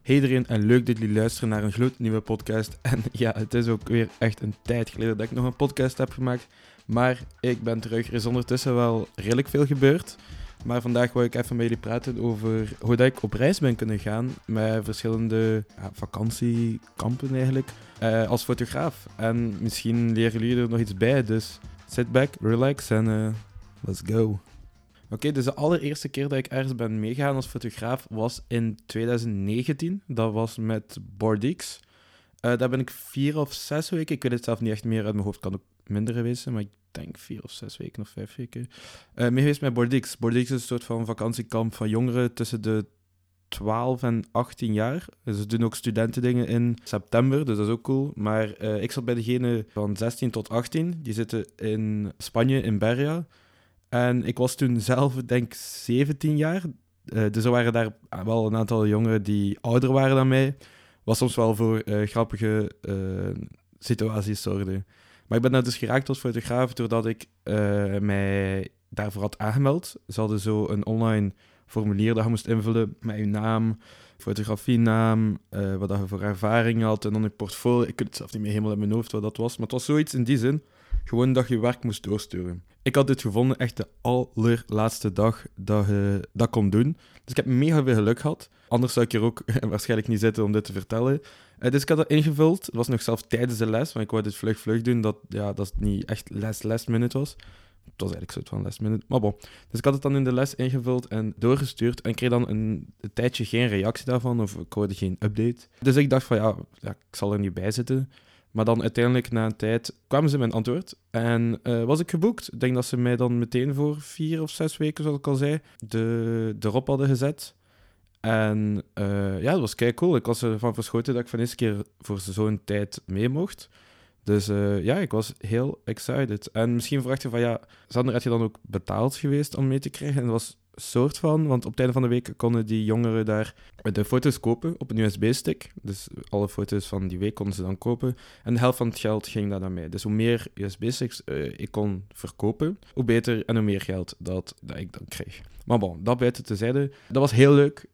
Hey iedereen en leuk dat jullie luisteren naar een gloednieuwe podcast. En ja, het is ook weer echt een tijd geleden dat ik nog een podcast heb gemaakt. Maar ik ben terug. Er is ondertussen wel redelijk veel gebeurd. Maar vandaag wil ik even met jullie praten over hoe dat ik op reis ben kunnen gaan met verschillende vakantiekampen eigenlijk, als fotograaf. En misschien leren jullie er nog iets bij, dus sit back, relax en let's go. Oké, dus de allereerste keer dat ik ergens ben meegegaan als fotograaf was in 2019. Dat was met Bordix. Daar ben ik 4 of 6 weken, ik weet het zelf niet echt meer uit mijn hoofd, kan ook minder geweest zijn, maar ik denk 4 of 6 weken of 5 weken. Mee geweest met Bordix. Bordix is een soort van vakantiekamp van jongeren tussen de 12 en 18 jaar. Dus ze doen ook studentendingen in september, dus dat is ook cool. Maar ik zat bij degene van 16 tot 18. Die zitten in Spanje, in Berja. En ik was toen zelf, denk 17 jaar. Dus er waren daar wel een aantal jongeren die ouder waren dan mij. Wat soms wel voor grappige situaties zorgde. Maar ik ben daar dus geraakt als fotograaf doordat ik mij daarvoor had aangemeld. Ze hadden zo een online formulier dat je moest invullen met je naam, fotografienaam, wat je voor ervaring had en dan je portfolio. Ik weet het zelf niet meer helemaal in mijn hoofd wat dat was, maar het was zoiets in die zin. Gewoon dat je werk moest doorsturen. Ik had dit gevonden echt de allerlaatste dag dat je dat kon doen. Dus ik heb mega veel geluk gehad. Anders zou ik hier ook waarschijnlijk niet zitten om dit te vertellen. Dus ik had dat ingevuld. Het was nog zelfs tijdens de les, want ik wou dit vlug doen. Dat niet echt last minute was. Het was eigenlijk soort van last minute, maar bon. Dus ik had het dan in de les ingevuld en doorgestuurd. En ik kreeg dan een tijdje geen reactie daarvan, of ik hoorde geen update. Dus ik dacht van ja, ik zal er niet bij zitten. Maar dan uiteindelijk, na een tijd, kwamen ze met een antwoord. En was ik geboekt. Ik denk dat ze mij dan meteen voor 4 of 6 weken, zoals ik al zei, erop hadden gezet. En dat was kei cool. Ik was ervan verschoten dat ik van eerste keer voor zo'n tijd mee mocht. Dus ik was heel excited. En misschien vraag je van, ja, Sander, had je dan ook betaald geweest om mee te krijgen? En dat was een soort van, want op het einde van de week konden die jongeren daar de foto's kopen op een USB-stick. Dus alle foto's van die week konden ze dan kopen. En de helft van het geld ging daar naar mij. Dus hoe meer USB-sticks ik kon verkopen, hoe beter en hoe meer geld dat ik dan kreeg. Maar bon, dat buiten tezijde. Dat was heel leuk.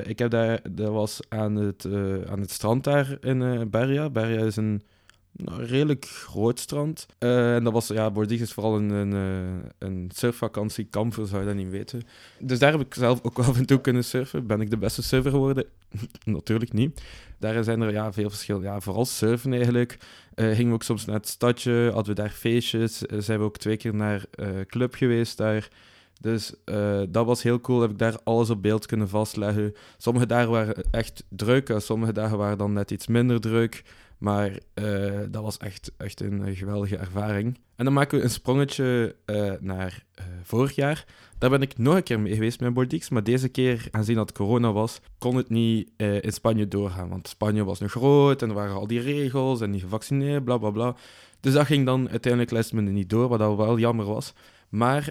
Dat was aan het strand daar in Berja. Berja is een redelijk groot strand. En dat was, Bordix is vooral een surfvakantiekamp, zou je dat niet weten. Dus daar heb ik zelf ook af en toe kunnen surfen. Ben ik de beste surfer geworden? Natuurlijk niet. Daar zijn er veel verschillen. Ja, vooral surfen eigenlijk. Gingen we ook soms naar het stadje, hadden we daar feestjes. Zijn we ook 2 keer naar club geweest daar. Dus dat was heel cool. Heb ik daar alles op beeld kunnen vastleggen. Sommige dagen waren echt druk. En sommige dagen waren dan net iets minder druk. Maar dat was echt een geweldige ervaring. En dan maken we een sprongetje naar vorig jaar. Daar ben ik nog een keer mee geweest met Bordix. Maar deze keer, aangezien dat corona was, kon het niet in Spanje doorgaan. Want Spanje was nog groot en er waren al die regels en niet gevaccineerd, bla bla bla. Dus dat ging dan uiteindelijk last minute niet door, wat dat wel jammer was. Maar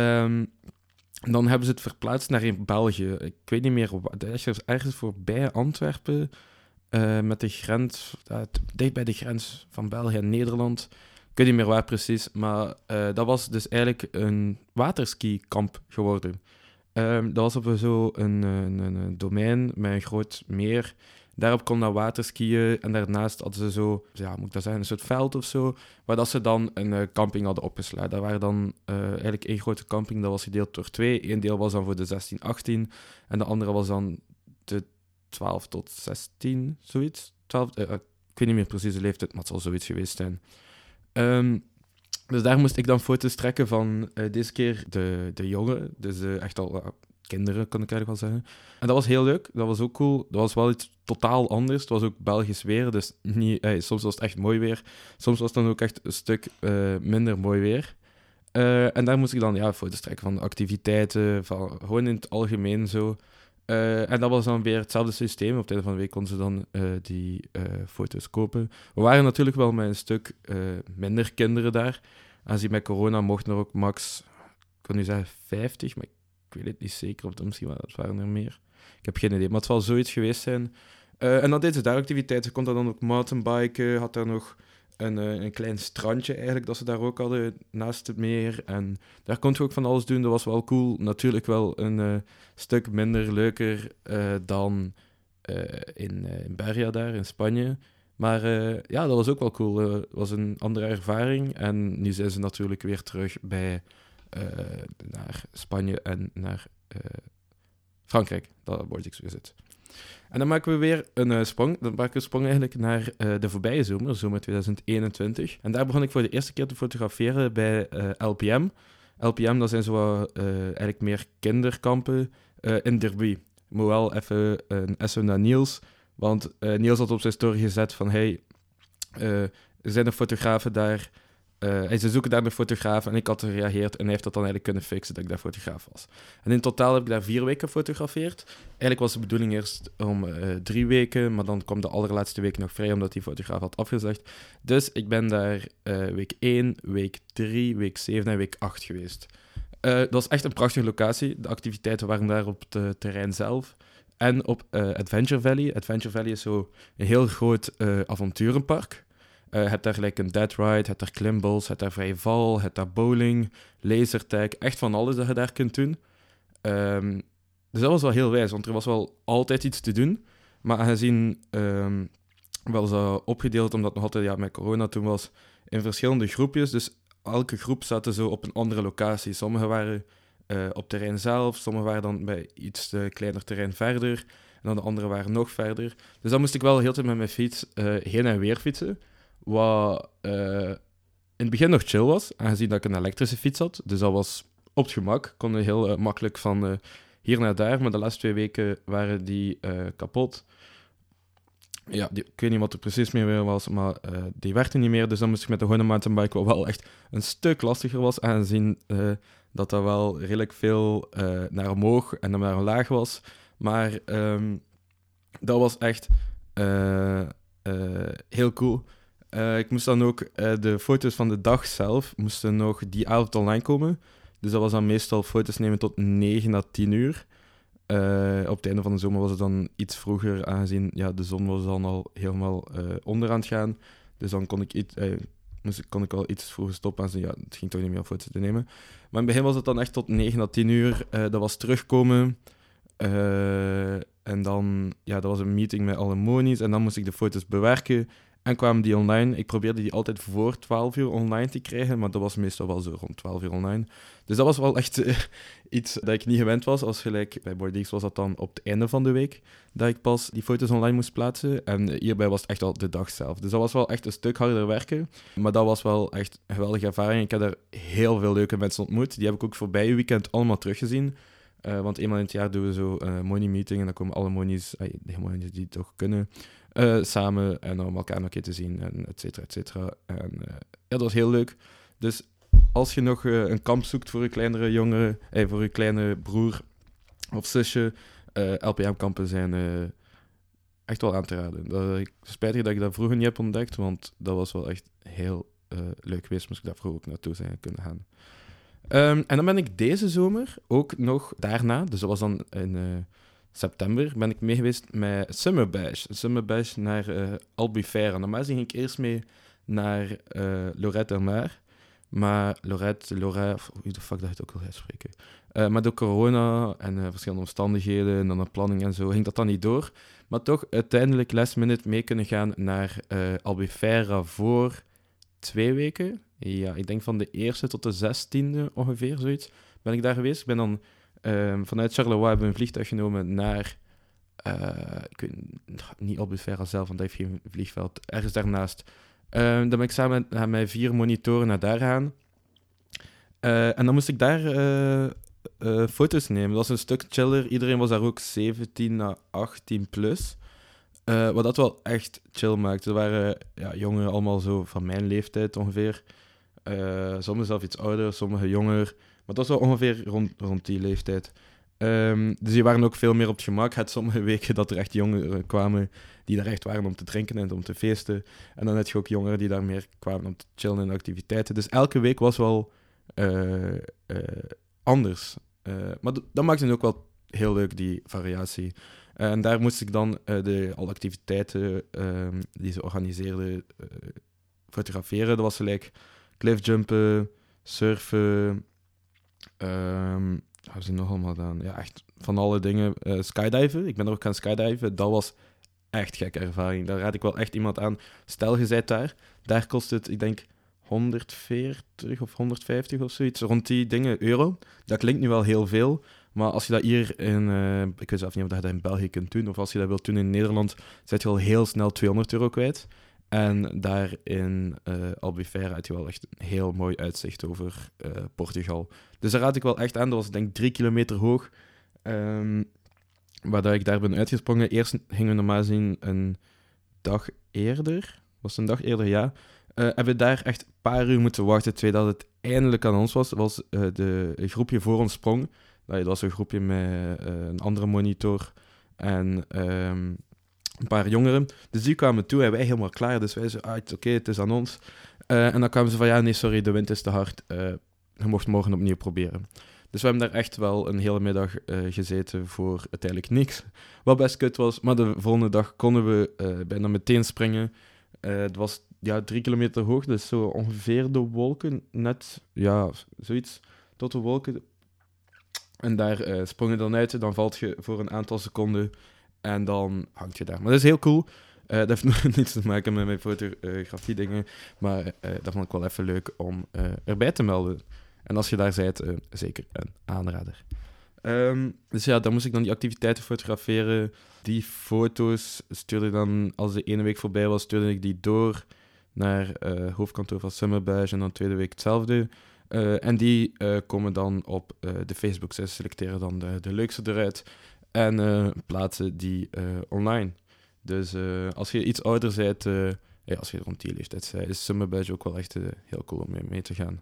dan hebben ze het verplaatst naar in België. Ik weet niet meer, ergens voorbij Antwerpen. Met de grens, dicht bij de grens van België en Nederland. Ik weet niet meer waar precies, maar dat was dus eigenlijk een waterskikamp geworden. Dat was op zo een domein met een groot meer. Daarop kon dat waterskiën en daarnaast hadden ze zo, moet ik dat zeggen, een soort veld of zo, waar dat ze dan een camping hadden opgeslagen. Dat waren dan eigenlijk 1 grote camping, dat was gedeeld door 2. Eén deel was dan voor de 16, 18 en de andere was dan de 12 tot 16, zoiets. 12, ik weet niet meer precies de leeftijd, maar het zal zoiets geweest zijn. Dus daar moest ik dan foto's trekken van deze keer de jongen. Dus echt al kinderen, kan ik eigenlijk wel zeggen. En dat was heel leuk, dat was ook cool. Dat was wel iets totaal anders. Het was ook Belgisch weer, dus soms was het echt mooi weer. Soms was het dan ook echt een stuk minder mooi weer. En daar moest ik dan foto's trekken van de activiteiten, van, gewoon in het algemeen zo. En dat was dan weer hetzelfde systeem. Op het einde van de week konden ze dan die foto's kopen. We waren natuurlijk wel met een stuk minder kinderen daar. Aangezien met corona mochten er ook max, ik kan nu zeggen 50, maar ik weet het niet zeker. Of misschien waren er meer. Ik heb geen idee, maar het zal zoiets geweest zijn. En dan deden ze daar activiteiten. Ze kon daar dan ook mountainbiken, had daar nog een klein strandje eigenlijk, dat ze daar ook hadden, naast het meer. En daar kon je ook van alles doen, dat was wel cool. Natuurlijk wel een stuk minder leuker dan in Berria daar, in Spanje. Maar ja, dat was ook wel cool. Het was een andere ervaring. En nu zijn ze natuurlijk weer terug naar Spanje en naar Frankrijk. Dat word ik zo gezet. En dan maken we weer een sprong. Dan maken we een sprong eigenlijk naar de voorbije zomer 2021. En daar begon ik voor de eerste keer te fotograferen bij LPM. LPM, dat zijn zo eigenlijk meer kinderkampen in Derby. Ik moet wel even een SO naar Niels, want Niels had op zijn story gezet van hey, er zijn er fotografen daar, ze zoeken daar een fotograaf en ik had gereageerd en hij heeft dat dan eigenlijk kunnen fixen dat ik daar fotograaf was. En in totaal heb ik daar 4 weken gefotografeerd. Eigenlijk was de bedoeling eerst om 3 weken, maar dan kwam de allerlaatste week nog vrij omdat die fotograaf had afgezegd. Dus ik ben daar week 1, week 3, week 7 en week 8 geweest. Dat was echt een prachtige locatie. De activiteiten waren daar op het terrein zelf. En op Adventure Valley. Adventure Valley is zo een heel groot avonturenpark. Je hebt daar gelijk een dead ride, je hebt daar klimballs, je hebt daar vrije val, je hebt daar bowling, lasertag, echt van alles dat je daar kunt doen. Dus dat was wel heel wijs, want er was wel altijd iets te doen. Maar aangezien wel zo opgedeeld, omdat het nog altijd met corona toen was, in verschillende groepjes. Dus elke groep zat zo op een andere locatie. Sommigen waren op terrein zelf, sommigen waren dan bij iets kleiner terrein verder. En dan de anderen waren nog verder. Dus dan moest ik wel heel de tijd met mijn fiets heen en weer fietsen. Wat in het begin nog chill was, aangezien dat ik een elektrische fiets had. Dus dat was op het gemak. Ik kon heel makkelijk van hier naar daar. Maar de laatste 2 weken waren die kapot. Ja, ik weet niet wat er precies mee was, maar die werkte niet meer. Dus dan moest ik met de gewone mountainbike, wat wel echt een stuk lastiger was, aangezien dat wel redelijk veel naar omhoog en dan naar omlaag was. Maar dat was echt heel cool. Ik moest dan ook de foto's van de dag zelf moesten nog die avond online komen. Dus dat was dan meestal foto's nemen tot 9 à 10 uur. Op het einde van de zomer was het dan iets vroeger, aangezien de zon was dan al helemaal onder aan het gaan. Dus dan kon ik al iets vroeger stoppen en zeggen, het ging toch niet meer om foto's te nemen. Maar in het begin was het dan echt tot 9 à 10 uur. Dat was terugkomen. En dan, dat was een meeting met alle monies. En dan moest ik de foto's bewerken. En kwamen die online. Ik probeerde die altijd voor 12 uur online te krijgen, maar dat was meestal wel zo rond 12 uur online. Dus dat was wel echt iets dat ik niet gewend was. Als gelijk bij Bordeaux was dat dan op het einde van de week dat ik pas die foto's online moest plaatsen. En hierbij was het echt al de dag zelf. Dus dat was wel echt een stuk harder werken. Maar dat was wel echt een geweldige ervaring. Ik heb daar heel veel leuke mensen ontmoet. Die heb ik ook voorbije weekend allemaal teruggezien. Want eenmaal in het jaar doen we zo een money meeting en dan komen alle monies, de monies die het toch kunnen, samen en om elkaar nog een keer te zien, en et cetera, et cetera. En dat was heel leuk. Dus als je nog een kamp zoekt voor je kleinere jongeren, voor je kleine broer of zusje, LPM-kampen zijn echt wel aan te raden. Spijtig dat ik dat vroeger niet heb ontdekt, want dat was wel echt heel leuk geweest, moest ik daar vroeger ook naartoe zijn kunnen gaan. En dan ben ik deze zomer ook nog daarna, dus dat was dan in september, ben ik mee geweest met Summer Bash. Summer Bash naar Albufeira. Normaal ging ik eerst mee naar Lloret de Mar. Maar Lloret, hoe de fuck dat je het ook wil uitspreken. Maar door corona en verschillende omstandigheden en dan de planning en zo, ging dat dan niet door. Maar toch uiteindelijk last minute mee kunnen gaan naar Albufeira voor 2 weken. Ja, ik denk van de 1e tot de 16e ongeveer, zoiets, ben ik daar geweest. Ik ben dan vanuit Charleroi hebben we een vliegtuig genomen naar, ik weet niet Albufeira zelf, want dat heeft geen vliegveld, ergens daarnaast. Dan ben ik samen met mijn 4 monitoren naar daar gaan. En dan moest ik daar foto's nemen. Dat was een stuk chiller. Iedereen was daar ook 17 à 18 plus. Wat dat wel echt chill maakte. Er waren jongeren allemaal zo van mijn leeftijd ongeveer. Sommigen zelf iets ouder, sommigen jonger. Maar dat was wel ongeveer rond die leeftijd. Dus die waren ook veel meer op het gemak. Het sommige weken dat er echt jongeren kwamen die daar echt waren om te drinken en om te feesten. En dan had je ook jongeren die daar meer kwamen om te chillen in activiteiten. Dus elke week was wel anders. Maar dat maakte het ook wel heel leuk, die variatie. En daar moest ik dan alle activiteiten die ze organiseerden fotograferen. Dat was gelijk cliffjumpen, surfen, hebben ze nog allemaal gedaan? Ja, echt van alle dingen. Skydiven. Ik ben er ook gaan skydiven. Dat was echt gekke ervaring. Daar raad ik wel echt iemand aan. Stel, je bent daar. Daar kost het, ik denk, 140 of 150 of zoiets. Rond die dingen, euro. Dat klinkt nu wel heel veel. Maar als je dat hier ik weet zelf niet of je dat in België kunt doen. Of als je dat wilt doen in Nederland, zet je al heel snel 200 euro kwijt. En daar in Albufeira had je wel echt een heel mooi uitzicht over Portugal. Dus daar raad ik wel echt aan. Dat was denk ik 3 kilometer hoog. Waar dat ik daar ben uitgesprongen. Eerst gingen we normaal gezien een dag eerder. Was het een dag eerder, ja. Hebben we daar echt een paar uur moeten wachten. Terwijl het eindelijk aan ons was een groepje voor ons sprong. Dat was een groepje met een andere monitor en een paar jongeren. Dus die kwamen toe en wij helemaal klaar. Dus wij zeiden, oké, het is aan ons. En dan kwamen ze van, ja, nee, sorry, de wind is te hard. Je mocht morgen opnieuw proberen. Dus we hebben daar echt wel een hele middag gezeten voor uiteindelijk niks. Wat best kut was, maar de volgende dag konden we bijna meteen springen. Het was 3 kilometer hoog, dus zo ongeveer de wolken, net, ja, zoiets, tot de wolken. En daar sprong je dan uit, dan valt je voor een aantal seconden en dan hangt je daar. Maar dat is heel cool. Dat heeft nog niets te maken met mijn fotografie dingen, maar dat vond ik wel even leuk om erbij te melden. En als je daar bent, zeker een aanrader. Dus ja, dan moest ik dan die activiteiten fotograferen. Die foto's stuurde ik dan, als de ene week voorbij was, stuurde ik die door naar het hoofdkantoor van Summerbadge en dan de tweede week hetzelfde. En die komen dan op de Facebook. Zij selecteren dan de leukste eruit en plaatsen die online. Dus als je iets ouder bent, als je rond die leeftijd bent, is Summerbadge ook wel echt heel cool om mee te gaan.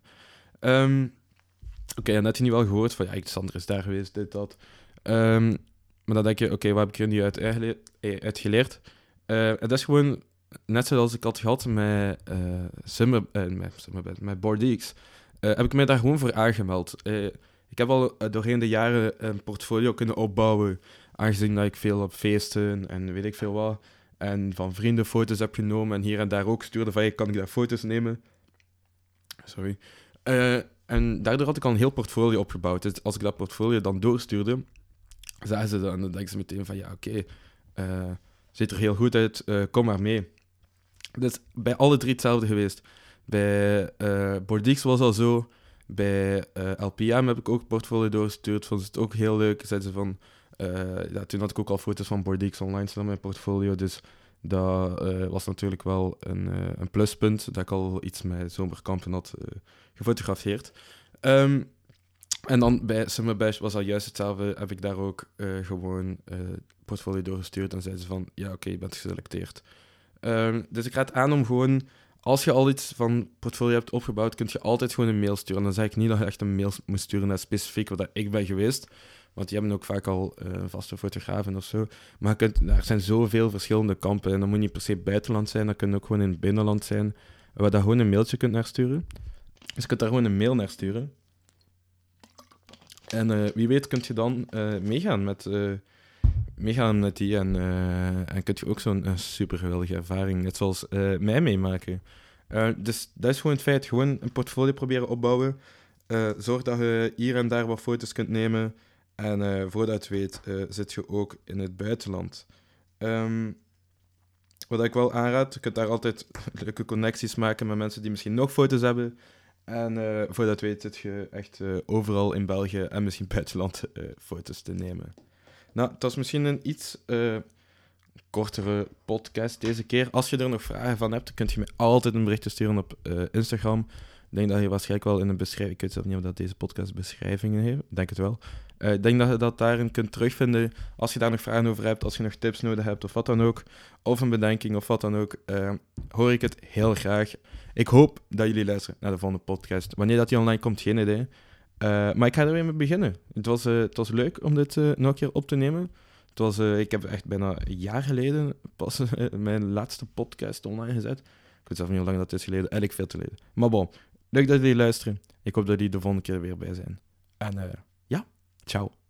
Oké, en had je niet wel gehoord van, ja, Sander is daar geweest, dit, dat. Maar dan denk je, oké, wat heb ik er nu uit geleerd? En dat is gewoon, net zoals ik had gehad met met BoardX, heb ik mij daar gewoon voor aangemeld. Ik heb al doorheen de jaren een portfolio kunnen opbouwen, aangezien dat ik veel op feesten en weet ik veel wat, en van vrienden foto's heb genomen en hier en daar ook stuurde van, kan ik daar foto's nemen? Sorry. En daardoor had ik al een heel portfolio opgebouwd. Dus als ik dat portfolio dan doorstuurde, zagen ze dan, en dan denken ze meteen van, ja, oké, ziet er heel goed uit, kom maar mee. Dus bij alle drie hetzelfde geweest. Bij BoardX was al zo, bij LPM heb ik ook een portfolio doorgestuurd, vond ze het ook heel leuk. Zeiden ze van, toen had ik ook al foto's van BoardX online staan in mijn portfolio, dus dat was natuurlijk wel een pluspunt, dat ik al iets met zomerkampen had gefotografeerd. En dan bij Summerbadge was dat juist hetzelfde, heb ik daar ook gewoon portfolio doorgestuurd en zeiden ze van, ja, oké, je bent geselecteerd. Dus ik raad aan om gewoon, als je al iets van portfolio hebt opgebouwd, kun je altijd gewoon een mail sturen. En dan zeg ik niet dat je echt een mail moet sturen naar specifiek waar ik ben geweest, want die hebben ook vaak al vaste fotografen of zo. Maar er zijn zoveel verschillende kampen en dan moet niet per se buitenland zijn, dat kan ook gewoon in het binnenland zijn, waar je gewoon een mailtje kunt naar sturen. Dus je kunt daar gewoon een mail naar sturen. En wie weet kun je dan meegaan met die en kun je ook zo'n super geweldige ervaring, net zoals mij meemaken. Dus dat is gewoon het feit, gewoon een portfolio proberen opbouwen. Zorg dat je hier en daar wat foto's kunt nemen. En voordat je het weet, zit je ook in het buitenland. Wat ik wel aanraad, je kunt daar altijd leuke connecties maken met mensen die misschien nog foto's hebben. En voordat je weet, zit je echt overal in België en misschien buitenland foto's te nemen. Nou, het was misschien een iets kortere podcast deze keer. Als je er nog vragen van hebt, kun je me altijd een berichtje sturen op Instagram. Ik denk dat je waarschijnlijk wel in een beschrijving... Ik weet zelf niet of dat deze podcast beschrijvingen heeft. Ik denk het wel. Ik denk dat je dat daarin kunt terugvinden. Als je daar nog vragen over hebt, als je nog tips nodig hebt of wat dan ook, of een bedenking of wat dan ook, hoor ik het heel graag. Ik hoop dat jullie luisteren naar de volgende podcast. Wanneer dat die online komt, geen idee. Maar ik ga er weer mee beginnen. Het was leuk om dit nog een keer op te nemen. Ik heb echt bijna een jaar geleden pas mijn laatste podcast online gezet. Ik weet zelf niet hoe lang dat is geleden. Eigenlijk veel te geleden. Maar bon, leuk dat jullie luisteren. Ik hoop dat jullie de volgende keer weer bij zijn. En ja, ciao.